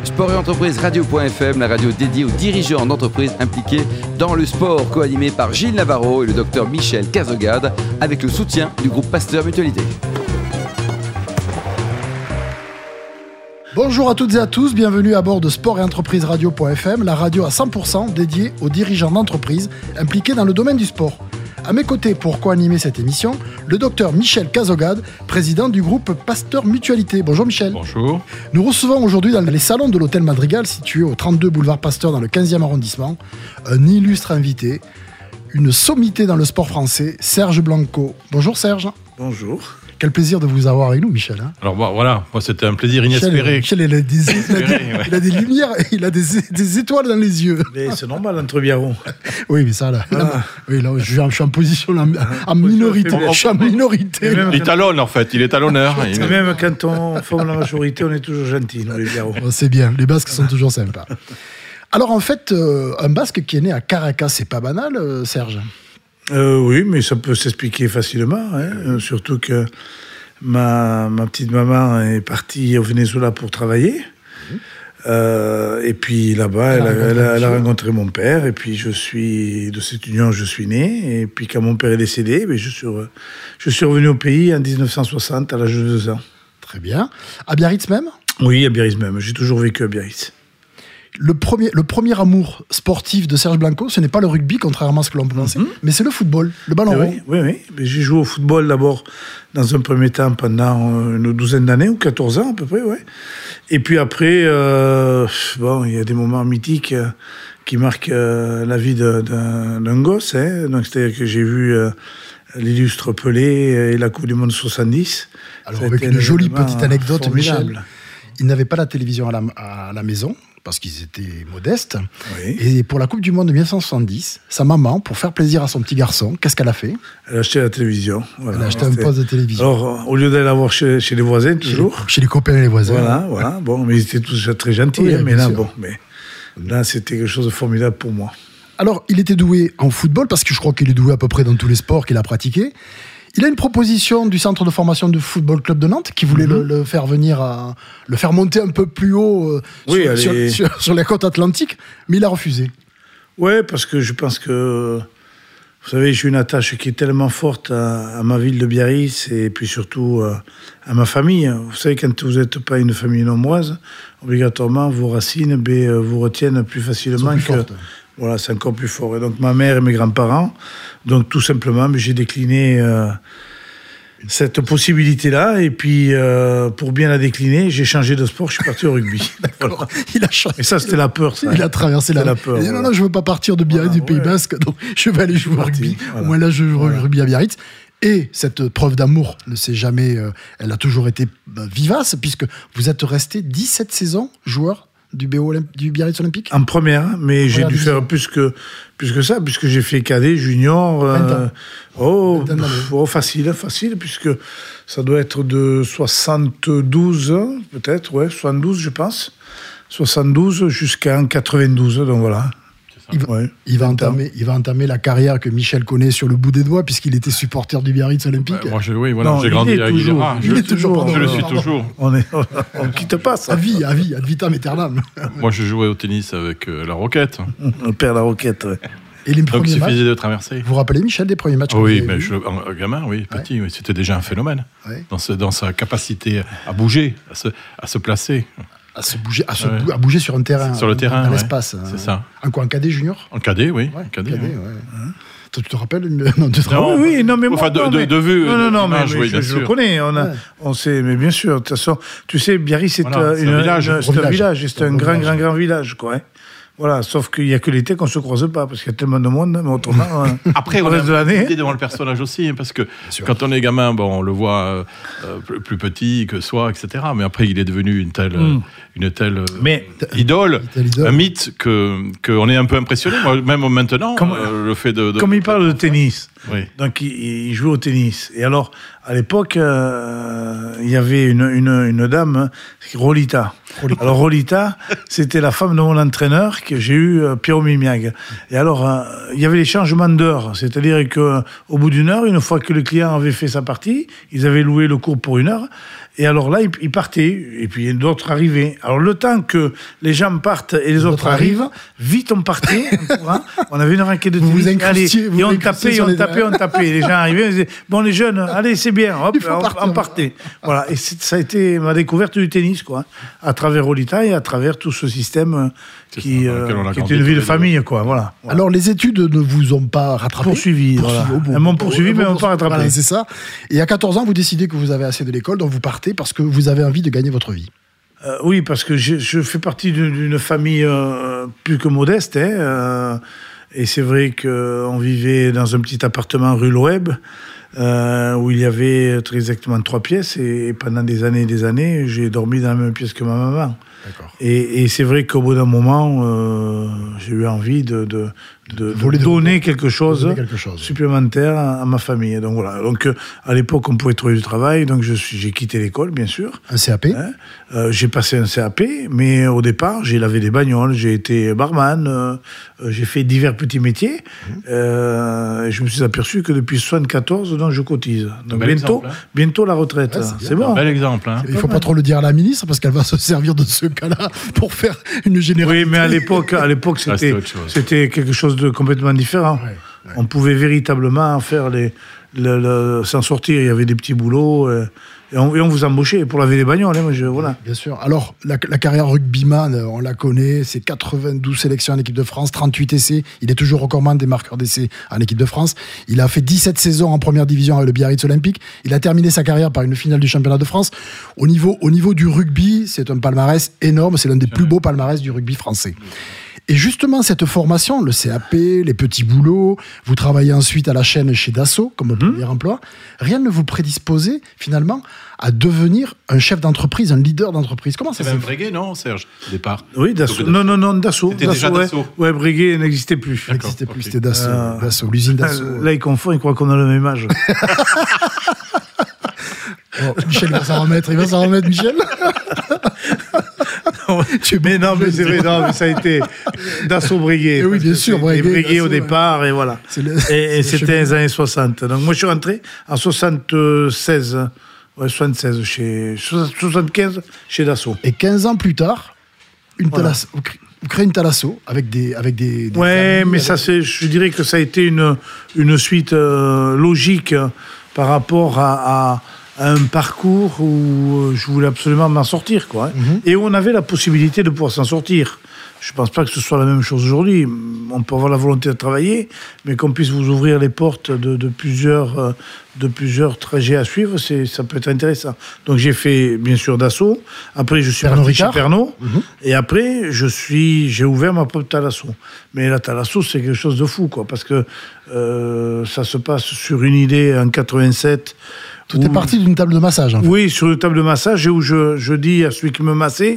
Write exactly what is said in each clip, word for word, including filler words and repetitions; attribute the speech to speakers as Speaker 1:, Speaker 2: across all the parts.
Speaker 1: Sport et entreprise radio.f m, la radio dédiée aux dirigeants d'entreprises impliqués dans le sport, co-animée par Gilles Navarro et le docteur Michel Cazogade, avec le soutien du groupe Pasteur Mutualité.
Speaker 2: Bonjour à toutes et à tous, bienvenue à bord de Sport et entreprise radio.f m, la radio à cent pour cent dédiée aux dirigeants d'entreprises impliqués dans le domaine du sport. À mes côtés pour co-animer cette émission, le docteur Michel Cazogade, président du groupe Pasteur Mutualité. Bonjour Michel.
Speaker 3: Bonjour.
Speaker 2: Nous recevons aujourd'hui dans les salons de l'hôtel Madrigal, situé au trente-deux boulevard Pasteur dans le quinzième arrondissement, un illustre invité, une sommité dans le sport français, Serge Blanco. Bonjour Serge.
Speaker 4: Bonjour.
Speaker 2: Quel plaisir de vous avoir avec nous, Michel. Hein.
Speaker 3: Alors bon, voilà, moi c'était un plaisir inespéré.
Speaker 2: Michel, Michel il, a des, il, a des, ouais. il a des lumières, il a des, des étoiles dans les yeux.
Speaker 4: Mais c'est normal entre biarrons.
Speaker 2: Oui, mais ça, là, ah. là, oui, là je, suis en, je suis en position là, en minorité. Je suis en minorité.
Speaker 3: Il talonne en fait, il est talonneur.
Speaker 4: Et même quand on forme la majorité, on est toujours gentils, nous les biarros.
Speaker 2: Oh, c'est bien, les Basques sont toujours sympas. Alors en fait, euh, un Basque qui est né à Caracas, c'est pas banal, euh, Serge.
Speaker 4: euh, Oui, mais ça peut s'expliquer facilement, hein, euh, surtout que Ma, ma petite maman est partie au Venezuela pour travailler. Mmh. Euh, et puis là-bas, elle, elle, elle, a, elle a rencontré mon père. Et puis je suis de cette union, je suis né. Et puis quand mon père est décédé, ben, je, suis, je suis revenu au pays en dix-neuf cent soixante à l'âge de deux ans.
Speaker 2: Très bien. À Biarritz même ?
Speaker 4: Oui, à Biarritz même. J'ai toujours vécu à Biarritz.
Speaker 2: Le premier, le premier amour sportif de Serge Blanco, ce n'est pas le rugby, contrairement à ce que l'on peut penser, mm-hmm. mais c'est le football, le ballon rond.
Speaker 4: Oui, oui, oui. Mais j'ai joué au football d'abord, dans un premier temps, pendant une douzaine d'années, ou quatorze ans à peu près, ouais. Et puis après, euh, bon, il y a des moments mythiques euh, qui marquent euh, la vie de, d'un, d'un gosse. Hein. Donc, c'est-à-dire que j'ai vu euh, l'illustre Pelé et la Coupe du Monde soixante-dix.
Speaker 2: Alors, avec une jolie petite anecdote, formidable. Michel, ils n'avaient pas la télévision à la, à la maison, parce qu'ils étaient modestes. Oui. Et pour la Coupe du Monde de dix-neuf cent soixante-dix, sa maman, pour faire plaisir à son petit garçon, qu'est-ce qu'elle a fait ?
Speaker 4: Elle a acheté la télévision. Voilà.
Speaker 2: Elle a acheté un poste de télévision.
Speaker 4: Alors, au lieu d'aller la voir chez, chez les voisins, toujours.
Speaker 2: Chez les, chez les copains et les voisins.
Speaker 4: Voilà, voilà. Bon, mais ils étaient tous très gentils. Oui, hein, mais là, sûr. bon, mais là, c'était quelque chose de formidable pour moi.
Speaker 2: Alors, il était doué en football, parce que je crois qu'il est doué à peu près dans tous les sports qu'il a pratiqués. Il a une proposition du centre de formation de football club de Nantes qui voulait mm-hmm. le, le faire venir, à, le faire monter un peu plus haut euh,
Speaker 4: oui,
Speaker 2: sur, sur, sur, sur les côtes atlantiques, mais il a refusé.
Speaker 4: Oui, parce que je pense que, vous savez, j'ai une attache qui est tellement forte à, à ma ville de Biarritz et puis surtout à, à ma famille. Vous savez, quand vous n'êtes pas une famille nombreuse, obligatoirement, vos racines ben, vous retiennent plus facilement
Speaker 2: plus
Speaker 4: que...
Speaker 2: Fortes.
Speaker 4: Voilà, c'est encore plus fort. Et donc, ma mère et mes grands-parents, donc tout simplement, j'ai décliné euh, cette possibilité-là. Et puis, euh, pour bien la décliner, j'ai changé de sport, je suis parti au rugby.
Speaker 2: Voilà. Il a changé.
Speaker 4: Et ça, c'était la peur, ça.
Speaker 2: Il a traversé la...
Speaker 4: la peur.
Speaker 2: Il a dit, non, non, je ne veux pas partir de Biarritz, voilà, du Pays ouais. Basque, donc je vais aller jouer au rugby. Voilà. Moi, là, je joue voilà. au rugby à Biarritz. Et cette preuve d'amour ne s'est jamais... Euh, elle a toujours été bah, vivace, puisque vous êtes resté dix-sept saisons joueur du, B O Olymp- du Biarritz Olympique ?
Speaker 4: En première, mais j'ai dû faire plus que, plus que ça, puisque j'ai fait cadet, junior. Euh, oh, pff, oh, facile, facile, puisque ça doit être de soixante-douze, peut-être, ouais, soixante-douze, je pense. soixante-douze jusqu'en quatre-vingt-douze, donc voilà.
Speaker 2: Il va, ouais, il, va entamer, il va entamer la carrière que Michel connaît sur le bout des doigts, puisqu'il était supporter du Biarritz Olympique.
Speaker 3: Ouais, moi, je, oui, voilà,
Speaker 4: non,
Speaker 3: j'ai grandi avec
Speaker 4: toujours,
Speaker 3: ah,
Speaker 4: je,
Speaker 3: je,
Speaker 4: est toujours,
Speaker 3: je
Speaker 4: euh,
Speaker 3: le suis toujours.
Speaker 4: On ne quitte pas ça.
Speaker 2: À vie, à vie, ad vitam aeternam.
Speaker 3: Moi, je jouais au tennis avec euh, la Roquette.
Speaker 4: Le père la Roquette, ouais.
Speaker 2: Et les
Speaker 3: Donc, il suffisait
Speaker 2: matchs,
Speaker 3: de traverser.
Speaker 2: Vous vous rappelez, Michel, des premiers matchs?
Speaker 3: Oh, oui, mais je, en, gamin, oui, petit, ouais. oui, c'était déjà un phénomène.
Speaker 2: Ouais.
Speaker 3: Dans, ce, dans sa capacité à bouger, à se, à se placer.
Speaker 2: À se bouger, à, se ouais. bou- à bouger sur un terrain,
Speaker 3: sur le terrain,
Speaker 2: dans
Speaker 3: ouais.
Speaker 2: l'espace.
Speaker 3: C'est
Speaker 2: hein.
Speaker 3: ça.
Speaker 2: En quoi, en cadet junior?
Speaker 3: En cadet, oui.
Speaker 2: Ouais,
Speaker 3: en cadet,
Speaker 2: cadet
Speaker 3: oui.
Speaker 2: ouais. Hein? Tu te rappelles une... non, de
Speaker 3: non,
Speaker 4: oui, oui, non, mais moi,
Speaker 3: enfin, de,
Speaker 4: non,
Speaker 3: de,
Speaker 4: mais...
Speaker 3: de vue.
Speaker 4: Non, non, non, mais,
Speaker 3: mais
Speaker 4: oui, je, je le connais. On, a, ouais. on sait, mais bien sûr. De toute façon, tu sais, Biarritz, c'est,
Speaker 3: voilà,
Speaker 4: euh,
Speaker 3: c'est
Speaker 4: une,
Speaker 3: un village.
Speaker 4: Une, c'est un village, c'est,
Speaker 2: c'est
Speaker 4: un, un grand,
Speaker 2: village.
Speaker 4: grand, grand village, quoi. Hein. Voilà, sauf qu'il n'y a que l'été qu'on ne se croise pas, parce qu'il y a tellement de monde, mais autrement,
Speaker 3: après, on a une idée devant le personnage aussi, hein, parce que quand on est gamin, bon, on le voit euh, plus, plus petit que soi, et cetera. Mais après, il est devenu une telle, mm. une telle
Speaker 4: mais,
Speaker 3: idole,
Speaker 2: idole,
Speaker 3: un mythe, que, qu'on est un peu impressionné. Moi, même maintenant, comme, euh, le fait de... de
Speaker 4: comme il parle de tennis,
Speaker 3: oui.
Speaker 4: donc il, il joue au tennis. Et alors, à l'époque, euh, il y avait une, une, une dame, hein, Rolita. Rolita. Alors Rolita, c'était la femme de mon entraîneur que j'ai eu, euh, Pierrot Mimiag. Et alors, euh, il y avait les changements d'heure, c'est-à-dire qu'au bout d'une heure, une fois que le client avait fait sa partie, ils avaient loué le cours pour une heure, Et alors là, ils partaient, et puis d'autres arrivaient. Alors le temps que les gens partent et les, les autres, autres arrivent, arrivent, vite on partait, on avait une raquette de tennis,
Speaker 2: vous
Speaker 4: allez,
Speaker 2: vous
Speaker 4: et on tapait, on tapait, on tapait. Les gens arrivaient, on disait, bon les jeunes, allez c'est bien, hop, on, on partait. Voilà, et ça a été ma découverte du tennis, quoi, à travers Olita et à travers tout ce système qui, euh, qui est une vie de famille, quoi. Voilà.
Speaker 2: voilà. Alors les études ne vous ont pas rattrapé,
Speaker 4: poursuivi, voilà. Elles m'ont poursuivi, mais elles m'ont pas rattrapé.
Speaker 2: Voilà, c'est ça. Et à quatorze ans, vous décidez que vous avez assez de l'école, donc vous partez parce que vous avez envie de gagner votre vie.
Speaker 4: Euh, oui, parce que je, je fais partie d'une, d'une famille euh, plus que modeste, hein, euh, et c'est vrai qu'on vivait dans un petit appartement rue Loeb, euh, où il y avait très exactement trois pièces, et, et pendant des années et des années, j'ai dormi dans la même pièce que ma maman. D'accord. Et, et c'est vrai qu'au bout d'un moment, euh, j'ai eu envie de, de, de, de donner quelque chose,
Speaker 2: donner quelque chose
Speaker 4: supplémentaire à, à ma famille. Donc voilà. Donc euh, à l'époque, on pouvait trouver du travail. Donc je suis, j'ai quitté l'école, bien sûr.
Speaker 2: Un C A P.
Speaker 4: Hein euh, j'ai passé un C A P, mais au départ, j'ai lavé des bagnoles, j'ai été barman, euh, j'ai fait divers petits métiers. Mmh. Euh, et je me suis aperçu que depuis soixante-quatorze, donc je cotise. Donc bientôt, exemple, hein. bientôt la retraite. Ouais, c'est,
Speaker 3: c'est bon. Un bel exemple. Hein.
Speaker 2: Il ne faut pas trop le dire à la ministre parce qu'elle va se servir de ce cas-là pour faire une généralité.
Speaker 4: Oui, mais à l'époque, à l'époque c'était, c'était quelque chose de complètement différent. Ouais, ouais. On pouvait véritablement faire les, le, le, s'en sortir. Il y avait des petits boulots euh, et, on, et on vous embauchait pour laver les bagnoles. Hein, moi, je, voilà.
Speaker 2: Bien sûr. Alors, la, la carrière rugbyman, on la connaît. C'est quatre-vingt-douze sélections en équipe de France, trente-huit essais. Il est toujours recordman des marqueurs d'essais en équipe de France. Il a fait dix-sept saisons en première division avec le Biarritz Olympique. Il a terminé sa carrière par une finale du championnat de France. Au niveau, au niveau du rugby, c'est un palmarès énorme. C'est l'un des plus beaux palmarès du rugby français. Et justement, cette formation, le C A P, les petits boulots, vous travaillez ensuite à la chaîne chez Dassault comme mmh. premier emploi, rien ne vous prédisposait finalement à devenir un chef d'entreprise, un leader d'entreprise. Comment ça
Speaker 3: c'est même Breguet, non, Serge, au départ?
Speaker 4: Oui, Dassault. Non, non, non, Dassault.
Speaker 3: C'était Dassault, déjà
Speaker 4: ouais.
Speaker 3: Dassault.
Speaker 4: Ouais, Breguet n'existait plus.
Speaker 2: Il n'existait plus, okay. C'était Dassault, euh, Dassault, l'usine Dassault.
Speaker 4: Là, il confond, il croit qu'on a le même âge.
Speaker 2: Oh, Michel va s'en remettre, il va s'en remettre, Michel.
Speaker 4: non, mais non, mais c'est vrai, non, mais ça a été Dassault Breguet.
Speaker 2: Oui, bien sûr,
Speaker 4: Breguet. Breguet au départ, ouais. Et voilà. Le, et, et c'était les années soixante. Donc moi, je suis rentré en soixante-seize, ouais, soixante-seize chez, soixante-quinze chez Dassault.
Speaker 2: Et quinze ans plus tard, une voilà. Thalasso, vous créez une Thalasso avec des, avec des. des
Speaker 4: ouais, mais
Speaker 2: avec...
Speaker 4: ça, c'est, je dirais que ça a été une, une suite euh, logique par rapport à, à un parcours où je voulais absolument m'en sortir, quoi. Hein, mm-hmm. Et où on avait la possibilité de pouvoir s'en sortir. Je ne pense pas que ce soit la même chose aujourd'hui. On peut avoir la volonté de travailler, mais qu'on puisse vous ouvrir les portes de, de, plusieurs, de plusieurs trajets à suivre, c'est, ça peut être intéressant. Donc j'ai fait, bien sûr, Dassault. Après, je suis
Speaker 2: Pernod
Speaker 4: parti
Speaker 2: Ricard.
Speaker 4: chez Pernod.
Speaker 2: Mm-hmm.
Speaker 4: Et après, je suis, j'ai ouvert ma propre Thalasso. Mais la Thalasso, c'est quelque chose de fou, quoi, parce que euh, ça se passe sur une idée en quatre-vingt-sept.
Speaker 2: Tout où... est parti d'une table de massage, en fait.
Speaker 4: Oui, sur une table de massage, où je, je dis à celui qui me massait...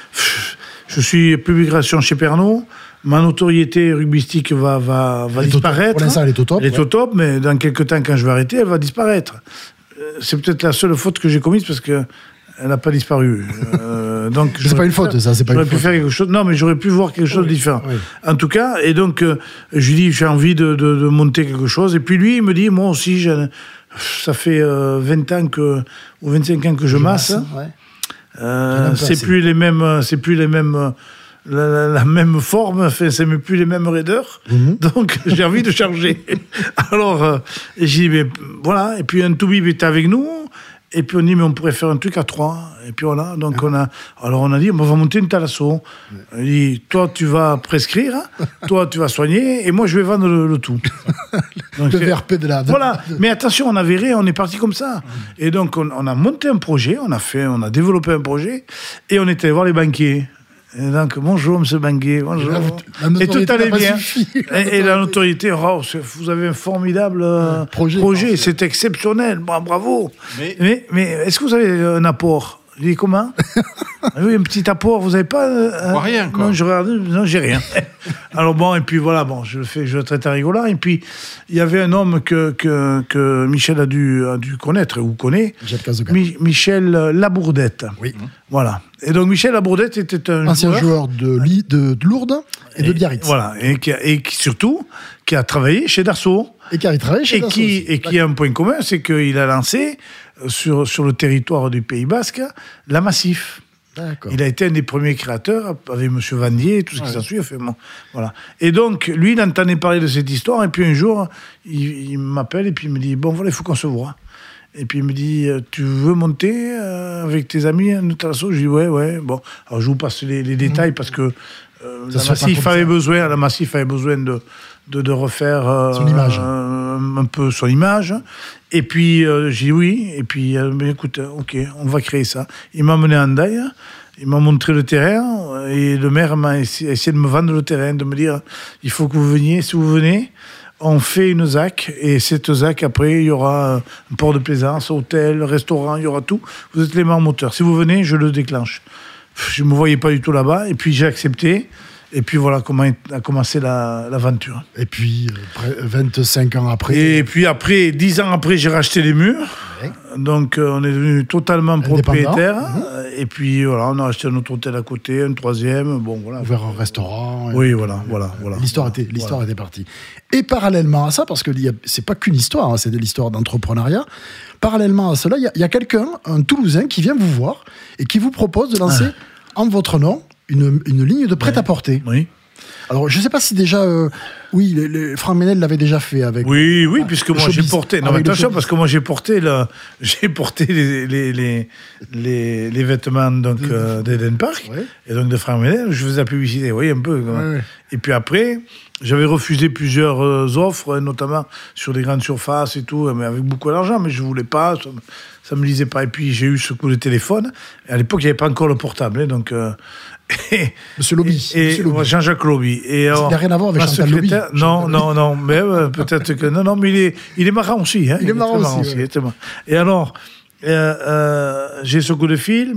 Speaker 4: Je suis publication chez Pernod. Ma notoriété rugbystique va, va, va disparaître.
Speaker 2: Pour l'instant, elle est au top.
Speaker 4: Elle est
Speaker 2: ouais.
Speaker 4: au top, mais dans quelques temps, quand je vais arrêter, elle va disparaître. C'est peut-être la seule faute que j'ai commise parce qu'elle n'a pas disparu. euh, donc,
Speaker 2: c'est pas une faute,
Speaker 4: faire,
Speaker 2: ça. C'est pas
Speaker 4: j'aurais
Speaker 2: une
Speaker 4: pu
Speaker 2: faute.
Speaker 4: faire quelque chose. Non, mais j'aurais pu voir quelque chose oui, de différent.
Speaker 2: Oui.
Speaker 4: En tout cas, et donc, euh, je lui dis, j'ai envie de, de, de monter quelque chose. Et puis lui, il me dit, moi aussi, j'ai, ça fait euh, vingt ans que, ou vingt-cinq ans que je, je masse. masse ouais. Euh, c'est plus les mêmes, c'est plus les mêmes, la, la, la même forme, enfin, c'est même plus les mêmes raideurs. Mm-hmm. Donc j'ai envie de changer. Alors euh, j'ai dit mais voilà. Et puis un Toubib était avec nous. Et puis on dit mais on pourrait faire un truc à trois. Et puis voilà. Donc on a, alors on a dit on va monter une Thalasso. On dit toi tu vas prescrire, toi tu vas soigner, et moi je vais vendre le, le tout. Donc,
Speaker 2: le V R P de la.
Speaker 4: Voilà. Mais attention, on a viré, on est parti comme ça. Et donc on, on a monté un projet, on a fait, on a développé un projet, et on était allé voir les banquiers. Et donc, bonjour, monsieur Banquier, bonjour. La, la et tout allait bien. Et, et la notoriété, oh, vous avez un formidable euh, projet, projet c'est exceptionnel, bon, bravo. Mais, mais, mais est-ce que vous avez un apport? Je dis, comment? Oui, un petit apport, vous n'avez pas... Euh,
Speaker 3: rien, quoi.
Speaker 4: Non, je regarde, non, j'ai rien. Alors bon, et puis voilà, bon, je le fais, je le traite à rigolant. Et puis, il y avait un homme que, que, que Michel a dû, a dû connaître, ou connaît. Mi- Michel Labourdette.
Speaker 2: Oui.
Speaker 4: Voilà. Et donc, Michel Labourdette était un
Speaker 2: ancien
Speaker 4: joueur,
Speaker 2: joueur de, Li- de, de Lourdes et, et de Biarritz.
Speaker 4: Voilà. Et, qui a, et qui, surtout, qui a travaillé chez Dassault.
Speaker 2: Et qui a travaillé chez
Speaker 4: Et
Speaker 2: Dassault.
Speaker 4: qui, et qui a un point commun, c'est qu'il a lancé, sur, sur le territoire du Pays Basque, la Massif.
Speaker 2: D'accord.
Speaker 4: Il a été un des premiers créateurs, avec M. Vandier et tout ce qui
Speaker 2: Ouais.
Speaker 4: s'ensuit. Fait, bon, voilà. Et donc, lui, il entendait parler de cette histoire, et puis un jour, il, il m'appelle, et puis il me dit, bon, voilà, il faut qu'on se voit. Et puis il me dit, tu veux monter euh, avec tes amis à Talasso? Je dis, ouais, ouais. Bon, alors je vous passe les, les détails, parce que euh, la Massif avait besoin, la Massif avait besoin de, de, de refaire euh,
Speaker 2: son image.
Speaker 4: Euh, un peu son image. Et puis, euh, j'ai dit oui. Et puis, euh, mais écoute, ok, on va créer ça. Il m'a mené à Hendaye, il m'a montré le terrain, et le maire m'a essayé de me vendre le terrain, de me dire, il faut que vous veniez, si vous venez, on fait une Z A C, et cette Z A C, après, il y aura un port de plaisance, hôtel, restaurant, il y aura tout. Vous êtes les mains moteurs. Si vous venez, je le déclenche. Je ne me voyais pas du tout là-bas, et puis j'ai accepté. Et puis voilà comment a commencé la, l'aventure.
Speaker 2: Et puis, euh, vingt-cinq ans après...
Speaker 4: Et puis après, dix ans après, j'ai racheté les murs. Ouais. Donc euh, on est devenu totalement propriétaire. Mmh. Et puis voilà, on a acheté un autre hôtel à côté, un troisième. Bon, voilà.
Speaker 2: Ouvert un restaurant.
Speaker 4: Oui, voilà, voilà, voilà.
Speaker 2: L'histoire,
Speaker 4: voilà,
Speaker 2: était, l'histoire
Speaker 4: voilà.
Speaker 2: était partie. Et parallèlement à ça, parce que y a, c'est pas qu'une histoire, hein, c'est de l'histoire d'entrepreneuriat. Parallèlement à cela, il y, y a quelqu'un, un Toulousain, qui vient vous voir et qui vous propose de lancer ah. en votre nom Une, une ligne de prêt-à-porter.
Speaker 4: Oui.
Speaker 2: Alors, je ne sais pas si déjà... Euh, oui, les, les, Franck Ménel l'avait déjà fait avec...
Speaker 4: Oui, oui, ah, puisque moi j'ai porté... Non, mais attention, parce que moi j'ai porté, le, j'ai porté les, les, les, les, les vêtements donc, de, euh, d'Eden Park, ouais. Et donc de Franck Ménel, je faisais la publicité, oui, un peu. Ouais, ouais. Et puis après, j'avais refusé plusieurs euh, offres, notamment sur des grandes surfaces et tout, mais avec beaucoup d'argent, mais je ne voulais pas, ça ne me lisait pas. Et puis j'ai eu ce coup de téléphone. Et à l'époque, il n'y avait pas encore le portable, hein, donc... Euh,
Speaker 2: Et, Monsieur Lobby.
Speaker 4: Et,
Speaker 2: Monsieur Lobby.
Speaker 4: Jean-Jacques Lobby. Et
Speaker 2: alors, ça n'a rien à voir avec Chantal Lobby.
Speaker 4: Non, non, non, mais euh, peut-être que... Non, non, mais il est, il est marrant aussi. Hein,
Speaker 2: il, il est marrant aussi. aussi ouais.
Speaker 4: aussi et alors, euh, euh, j'ai ce coup de fil,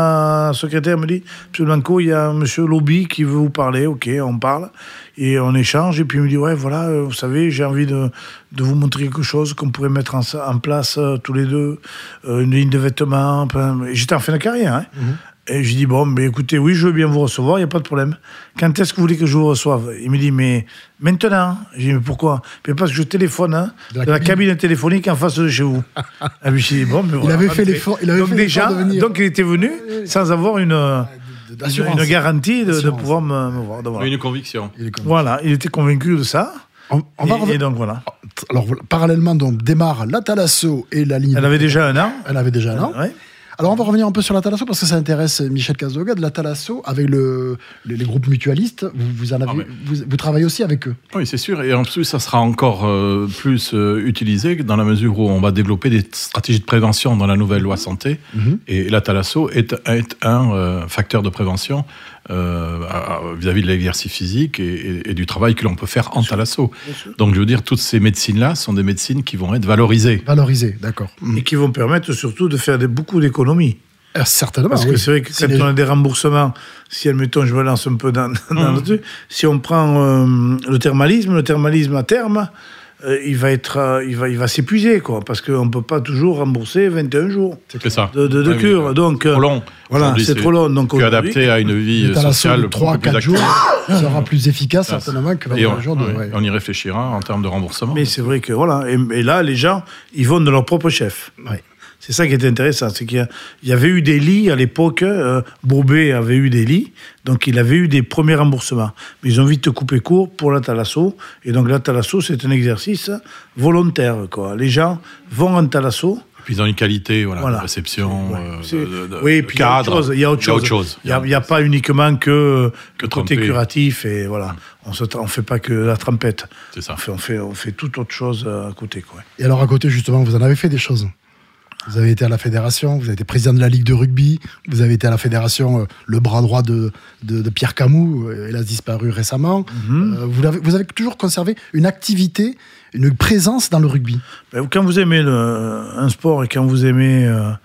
Speaker 4: ma secrétaire me dit, Monsieur Blanco, il y a Monsieur Lobby qui veut vous parler. Ok, on parle. Et on échange, et puis il me dit, ouais, voilà, euh, vous savez, j'ai envie de, de vous montrer quelque chose qu'on pourrait mettre en, en place euh, tous les deux, euh, une ligne de vêtements. Et j'étais en fin de carrière, hein. Mm-hmm. Et je dis, bon, mais écoutez, oui, je veux bien vous recevoir, il n'y a pas de problème. Quand est-ce que vous voulez que je vous reçoive? Il me dit, mais maintenant. Je dis, mais pourquoi? Mais parce que je téléphone hein, de la, de la cabine téléphonique en face de chez vous. Et puis je dis, bon, mais
Speaker 2: il
Speaker 4: voilà.
Speaker 2: Avait fait l'effort, il avait
Speaker 4: donc
Speaker 2: fait
Speaker 4: déjà,
Speaker 2: de venir.
Speaker 4: Donc il était venu sans avoir une, une, une garantie de, de pouvoir me, me voir. Donc, voilà.
Speaker 3: Une conviction.
Speaker 4: Il voilà, il était convaincu de ça.
Speaker 2: On, on
Speaker 4: et,
Speaker 2: va rev...
Speaker 4: et donc voilà.
Speaker 2: Alors parallèlement, donc démarre la Thalasso et la ligne.
Speaker 4: Elle avait déjà un an.
Speaker 2: Elle avait déjà un an.
Speaker 4: Ouais.
Speaker 2: Alors on va revenir un peu sur la Thalasso parce que ça intéresse Michel Cazogade. La Thalasso, avec le, les, les groupes mutualistes, vous, vous, en avez, ah mais... vous, vous travaillez aussi avec eux.
Speaker 3: Oui, c'est sûr. Et en plus, ça sera encore euh, plus euh, utilisé dans la mesure où on va développer des stratégies de prévention dans la nouvelle loi santé. Mm-hmm. Et la Thalasso est, est un euh, facteur de prévention euh, vis-à-vis de l'exercice physique et, et, et du travail que l'on peut faire en Thalasso. Donc je veux dire, toutes ces médecines-là sont des médecines qui vont être valorisées.
Speaker 2: Valorisées, d'accord.
Speaker 4: Et qui vont permettre surtout de faire des, beaucoup d'économies.
Speaker 2: Euh, certainement.
Speaker 4: Parce
Speaker 2: oui.
Speaker 4: que c'est vrai que quand les... on a des remboursements, si admettons, je me lance un peu dans, dans mmh. le truc, si on prend euh, le thermalisme, le thermalisme à terme, euh, il va être, euh, il va, il va s'épuiser, quoi, parce qu'on ne peut pas toujours rembourser vingt et un jours
Speaker 3: c'est ça.
Speaker 4: de, de, de
Speaker 3: oui,
Speaker 4: cure.
Speaker 3: Oui,
Speaker 4: donc,
Speaker 3: trop long.
Speaker 4: Voilà, c'est, c'est trop long. Donc,
Speaker 3: plus adapté à une vie sociale.
Speaker 2: trois à quatre jours sera plus efficace, ah, certainement, que vingt et un jours. De,
Speaker 3: ouais,
Speaker 2: ouais.
Speaker 3: On y réfléchira en termes de remboursement.
Speaker 4: Mais c'est vrai que, voilà, et, et là, les gens, ils vont de leur propre chef.
Speaker 2: Ouais.
Speaker 4: C'est ça qui est intéressant, c'est qu'il y, a, il y avait eu des lits à l'époque, euh, Bourbet avait eu des lits, donc il avait eu des premiers remboursements. Mais ils ont vite coupé court pour la Thalasso, et donc la Thalasso, c'est un exercice volontaire, quoi. Les gens vont en Thalasso.
Speaker 3: Puis ils ont une qualité voilà, voilà. de réception, ouais. euh, de, de,
Speaker 4: oui, et puis
Speaker 3: cadre.
Speaker 4: Il y a autre chose. Il n'y a, a, a pas uniquement que, que le côté curatif, et voilà. On ne fait pas que la trempette.
Speaker 3: C'est ça.
Speaker 4: On fait, on fait, on fait toute autre chose à côté, quoi.
Speaker 2: Et alors à côté, justement, vous en avez fait des choses. Vous avez été à la fédération, vous avez été président de la Ligue de rugby, vous avez été à la fédération, euh, le bras droit de, de, de Pierre Camus, euh, hélas disparu récemment. Mm-hmm. Euh, vous, avez, vous avez toujours conservé une activité, une présence dans le rugby.
Speaker 4: Ben, quand vous aimez le, un sport et quand vous aimez euh,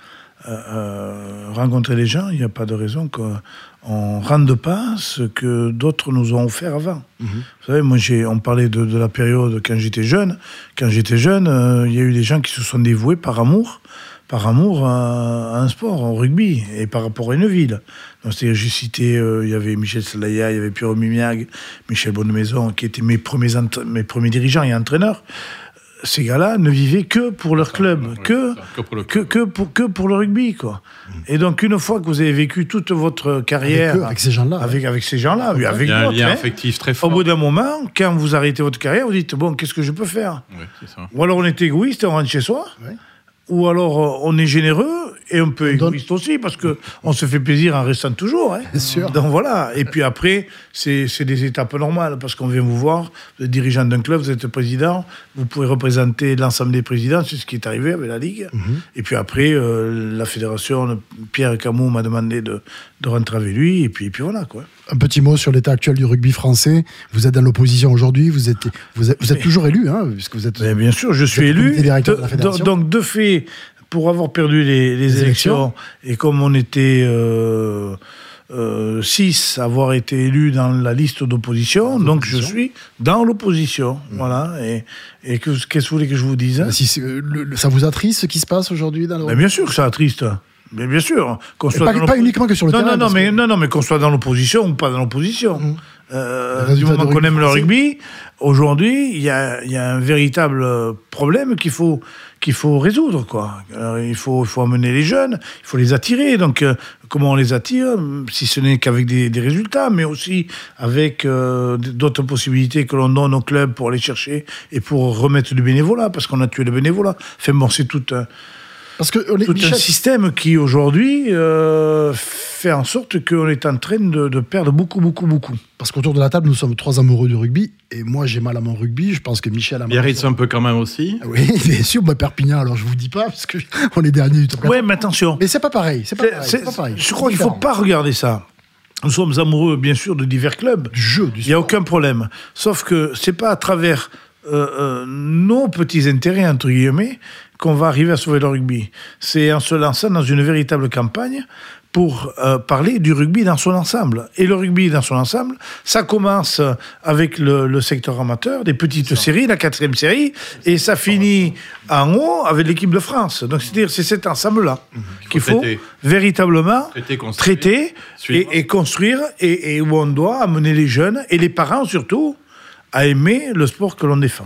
Speaker 4: euh, rencontrer les gens, il n'y a pas de raison qu'on ne rende pas ce que d'autres nous ont offert avant. Mmh. Vous savez, moi, j'ai, on parlait de, de la période quand j'étais jeune. Quand j'étais jeune, euh, il y a eu des gens qui se sont dévoués par amour, par amour à, à un sport, au rugby, et par rapport à une ville. Donc, c'est-à-dire, j'ai cité, euh, il y avait Michel Salaya, il y avait Pierre Mimiag, Michel Bonnemaison, qui étaient mes premiers, entra- mes premiers dirigeants et entraîneurs. Ces gars-là ne vivaient que pour leur club, oui, que, que, pour le, que, que, pour, que pour le rugby, quoi. Mmh. Et donc, une fois que vous avez vécu toute votre carrière...
Speaker 2: Avec, eux, avec ces gens-là.
Speaker 4: Avec, avec ces gens-là, oui, avec
Speaker 3: il y a
Speaker 4: d'autres.
Speaker 3: un lien
Speaker 4: hein,
Speaker 3: affectif très fort.
Speaker 4: Au bout d'un moment, quand vous arrêtez votre carrière, vous dites, bon, qu'est-ce que je peux faire ?
Speaker 3: Oui, c'est ça.
Speaker 4: Ou alors on est égoïste et on rentre chez soi. Oui. Ou alors on est généreux et un peu égoïste aussi, parce qu'on se fait plaisir en restant toujours. Hein.
Speaker 2: Bien sûr.
Speaker 4: Donc voilà. Et puis après, c'est, c'est des étapes normales, parce qu'on vient vous voir, vous êtes dirigeant d'un club, vous êtes président, vous pouvez représenter l'ensemble des présidents, c'est ce qui est arrivé avec la Ligue. Mm-hmm. Et puis après, euh, la fédération, Pierre Camus m'a demandé de, de rentrer avec lui, et puis, et puis voilà, quoi.
Speaker 2: Un petit mot sur l'état actuel du rugby français. Vous êtes dans l'opposition aujourd'hui, vous êtes, vous êtes, vous êtes toujours élu, hein, puisque vous êtes...
Speaker 4: Mais bien sûr, je suis élu. De, donc, de fait, pour avoir perdu les, les, les élections, élections, et comme on était euh, euh, six à avoir été élus dans la liste d'opposition, dans donc je suis dans l'opposition. Mmh. Voilà. Et, et que, qu'est-ce que vous voulez que je vous dise, hein?
Speaker 2: Si le, le, ça vous attriste ce qui se passe aujourd'hui dans le...
Speaker 4: Bien sûr que ça attriste. Mais bien sûr, qu'on
Speaker 2: soit pas, pas uniquement que sur le
Speaker 4: non,
Speaker 2: terrain.
Speaker 4: Non, non, mais,
Speaker 2: que...
Speaker 4: non, non, mais qu'on soit dans l'opposition ou pas dans l'opposition. Mmh. Euh, du moment qu'on aime le rugby, aujourd'hui, il y a, y a un véritable problème qu'il faut, qu'il faut résoudre, quoi. Alors, il faut, il faut amener les jeunes, il faut les attirer. Donc, euh, comment on les attire, si ce n'est qu'avec des, des résultats, mais aussi avec euh, d'autres possibilités que l'on donne au club pour aller chercher et pour remettre du bénévolat, parce qu'on a tué le bénévolat. Enfin bon, c'est tout un... Parce que on est, tout Michel... un système qui, aujourd'hui, euh, fait en sorte qu'on est en train de, de perdre beaucoup, beaucoup, beaucoup.
Speaker 2: Parce qu'autour de la table, nous sommes trois amoureux du rugby, et moi, j'ai mal à mon rugby, je pense que Michel a mal
Speaker 3: Biarritz à mon... un peu quand même aussi.
Speaker 2: Oui, bien sûr, bah, Perpignan, alors je vous dis pas, parce qu'on est dernier du top.
Speaker 4: Oui, mais attention.
Speaker 2: Mais c'est pas pareil, c'est pas,
Speaker 4: c'est,
Speaker 2: pareil,
Speaker 4: c'est,
Speaker 2: c'est pas pareil.
Speaker 4: Je crois qu'il ne faut pas regarder ça. Nous sommes amoureux, bien sûr, de divers clubs.
Speaker 2: Du jeu, du sport.
Speaker 4: Il n'y a aucun problème. Sauf que c'est pas à travers euh, euh, nos petits intérêts, entre guillemets, qu'on va arriver à sauver le rugby. C'est en se lançant dans une véritable campagne pour euh, parler du rugby dans son ensemble. Et le rugby dans son ensemble, ça commence avec le, le secteur amateur, des petites séries, la quatrième série, et ça finit en haut avec l'équipe de France. Donc c'est-à-dire c'est cet ensemble-là mmh. qu'il faut traiter. véritablement traiter, traiter et, et construire, et, et où on doit amener les jeunes, et les parents surtout, à aimer le sport que l'on défend.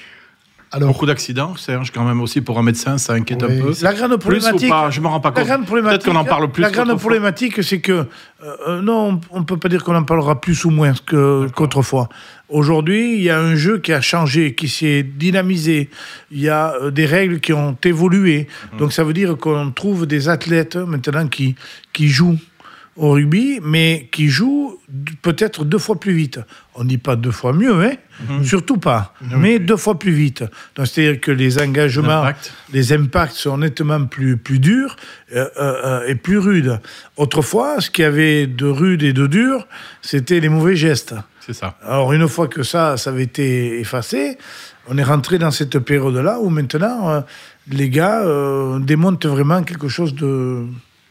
Speaker 3: Alors, beaucoup d'accidents, Serge, quand même aussi pour un médecin, ça inquiète oui. un peu.
Speaker 4: La grande problématique,
Speaker 3: pas, je me rends pas compte. Peut-être qu'on en parle plus.
Speaker 4: La grande problématique, c'est que euh, non, on ne peut pas dire qu'on en parlera plus ou moins que, qu'autrefois. Aujourd'hui, il y a un jeu qui a changé, qui s'est dynamisé. Il y a euh, des règles qui ont évolué. Mmh. Donc ça veut dire qu'on trouve des athlètes maintenant qui qui jouent au rugby, mais qui jouent peut-être deux fois plus vite. On ne dit pas deux fois mieux, hein mmh. Surtout pas, mmh. mais deux fois plus vite. Donc, c'est-à-dire que les engagements, L'impact. les impacts sont nettement plus, plus durs euh, euh, et plus rudes. Autrefois, ce qu'il y avait de rude et de dur, c'était les mauvais gestes.
Speaker 3: C'est ça.
Speaker 4: Alors, une fois que ça, ça avait été effacé, on est rentré dans cette période-là où maintenant, euh, les gars euh, démontent vraiment quelque chose de...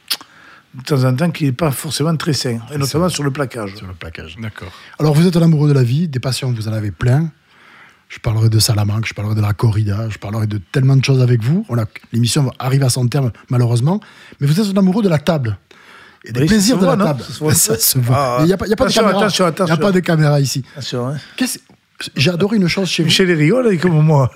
Speaker 4: de temps en temps, qui n'est pas forcément très sain, et notamment sur le plaquage.
Speaker 2: Sur le plaquage.
Speaker 3: D'accord.
Speaker 2: Alors, vous êtes un amoureux de la vie, des passions, vous en avez plein. Je parlerai de Salamanque, je parlerai de la corrida, je parlerai de tellement de choses avec vous. On a, l'émission arrive à son terme, malheureusement. Mais vous êtes un amoureux de la table. Et des oui, plaisirs de la voit, table. Ça, ça se voit. Il n'y a, a, a pas de caméra. Attention, attention. Il n'y a pas de caméra ici.
Speaker 4: Attention, hein.
Speaker 2: Qu'est-ce... J'ai adoré une chose chez vous.
Speaker 4: Michel rigole, il est comme moi.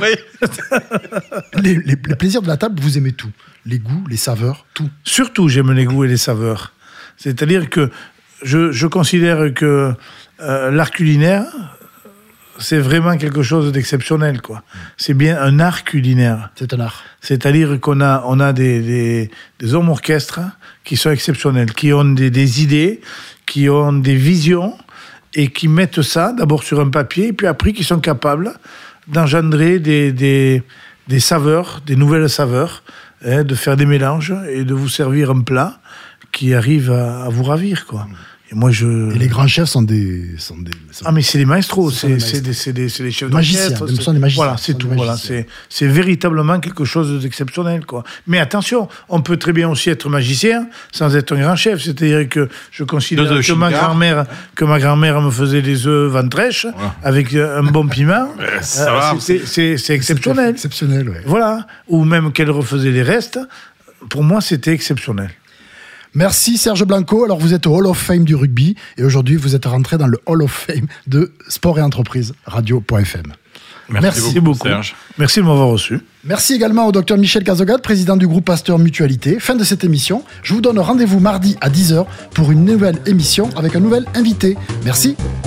Speaker 2: les, les, les plaisirs de la table, vous aimez tout. Les goûts, les saveurs, tout.
Speaker 4: Surtout, j'aime les goûts et les saveurs. C'est-à-dire que je, je considère que euh, l'art culinaire, c'est vraiment quelque chose d'exceptionnel, quoi. C'est bien un art culinaire.
Speaker 2: C'est un art.
Speaker 4: C'est-à-dire qu'on a, on a des, des, des hommes orchestres qui sont exceptionnels, qui ont des, des idées, qui ont des visions, et qui mettent ça d'abord sur un papier, et puis après qui sont capables d'engendrer des, des, des saveurs, des nouvelles saveurs, hein, de faire des mélanges et de vous servir un plat qui arrivent à, à vous ravir, quoi. Et moi, je...
Speaker 2: Et les grands chefs sont des... Sont des sont...
Speaker 4: Ah, mais c'est les maestros, c'est, c'est, des, c'est, des, c'est des chefs d'orchestre.
Speaker 2: Ce sont des magiciens.
Speaker 4: Voilà, c'est tout. Voilà, c'est, c'est véritablement quelque chose d'exceptionnel, quoi. Mais attention, on peut très bien aussi être magicien sans être un grand chef. C'est-à-dire que je considère que ma, grand-mère, que ma grand-mère me faisait des œufs ventrèches voilà. avec un bon piment. euh, c'est, c'est, c'est exceptionnel.
Speaker 2: C'est exceptionnel, ouais.
Speaker 4: Voilà. Ou même qu'elle refaisait les restes. Pour moi, c'était exceptionnel.
Speaker 2: Merci Serge Blanco. Alors vous êtes au Hall of Fame du rugby et aujourd'hui vous êtes rentré dans le Hall of Fame de Sport et Entreprise radio point f m.
Speaker 3: Merci, Merci beaucoup, beaucoup Serge.
Speaker 4: Merci de m'avoir reçu.
Speaker 2: Merci également au docteur Michel Cazogade, président du groupe Pasteur Mutualité. Fin de cette émission. Je vous donne rendez-vous mardi à dix heures pour une nouvelle émission avec un nouvel invité. Merci.